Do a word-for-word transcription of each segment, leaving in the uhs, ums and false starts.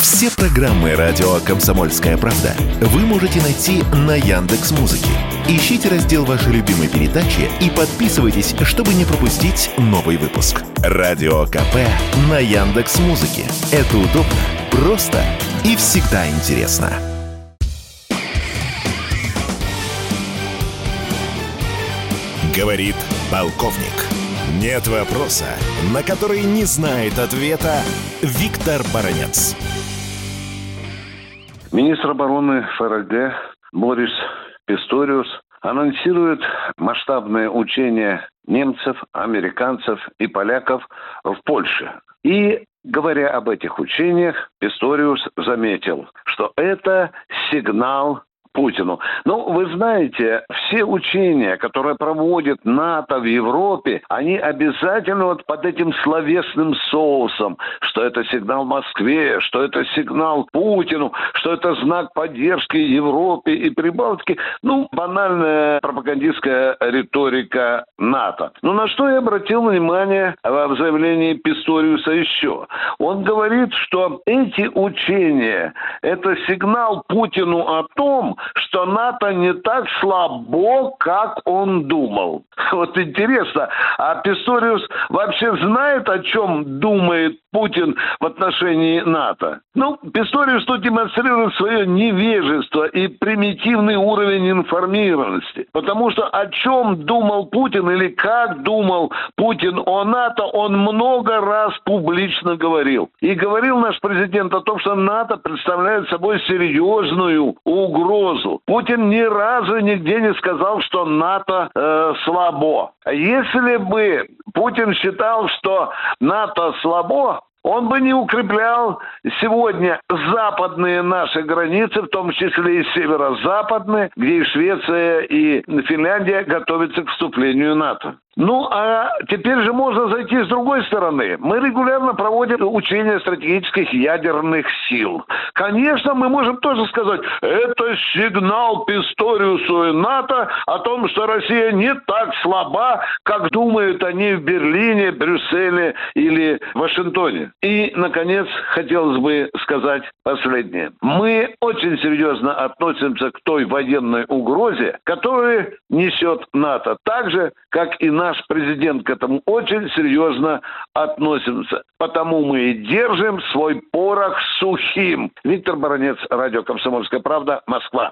Все программы радио «Комсомольская правда» вы можете найти на Яндекс.Музыке. Ищите раздел вашей любимой передачи и подписывайтесь, чтобы не пропустить новый выпуск. Радио КП на Яндекс.Музыке. Это удобно, просто и всегда интересно. Говорит полковник. Нет вопроса, на который не знает ответа Виктор Баранец. Министр обороны ФРГ Борис Писториус анонсирует масштабное учение немцев, американцев и поляков в Польше. И, говоря об этих учениях, Писториус заметил, что это сигнал Путину. Ну, вы знаете, все учения, которые проводит НАТО в Европе, они обязательно вот под этим словесным соусом, что это сигнал Москве, что это сигнал Путину, что это знак поддержки Европе и Прибалтике. Ну, банальная пропагандистская риторика НАТО. Но на что я обратил внимание в заявлении Писториуса еще? Он говорит, что эти учения – это сигнал Путину о том, что НАТО не так слабо, как он думал. Вот интересно, а Писториус вообще знает, о чем думает Путин в отношении НАТО? Ну, Писториус тут демонстрирует свое невежество и примитивный уровень информированности. Потому что о чем думал Путин или как думал Путин о НАТО, он много раз публично говорил. И говорил наш президент о том, что НАТО представляет собой серьезную угрозу. Путин ни разу нигде не сказал, что НАТО э, слабо. Если бы Путин считал, что НАТО слабо, он бы не укреплял сегодня западные наши границы, в том числе и северо-западные, где и Швеция, и Финляндия готовятся к вступлению в НАТО. Ну, а теперь же можно зайти с другой стороны. Мы регулярно проводим учения стратегических ядерных сил. Конечно, мы можем тоже сказать, это сигнал Писториусу и НАТО о том, что Россия не так слаба, как думают они в Берлине, Брюсселе или Вашингтоне. И, наконец, хотелось бы сказать последнее. Мы очень серьезно относимся к той военной угрозе, которую несет НАТО. Так же, как и наш президент к этому очень серьезно относится. Потому мы и держим свой порох сухим. Виктор Баранец, радио «Комсомольская правда», Москва.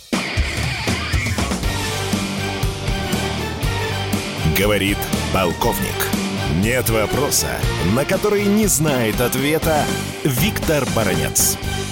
Говорит полковник. Нет вопроса, на который не знает ответа Виктор Баранец.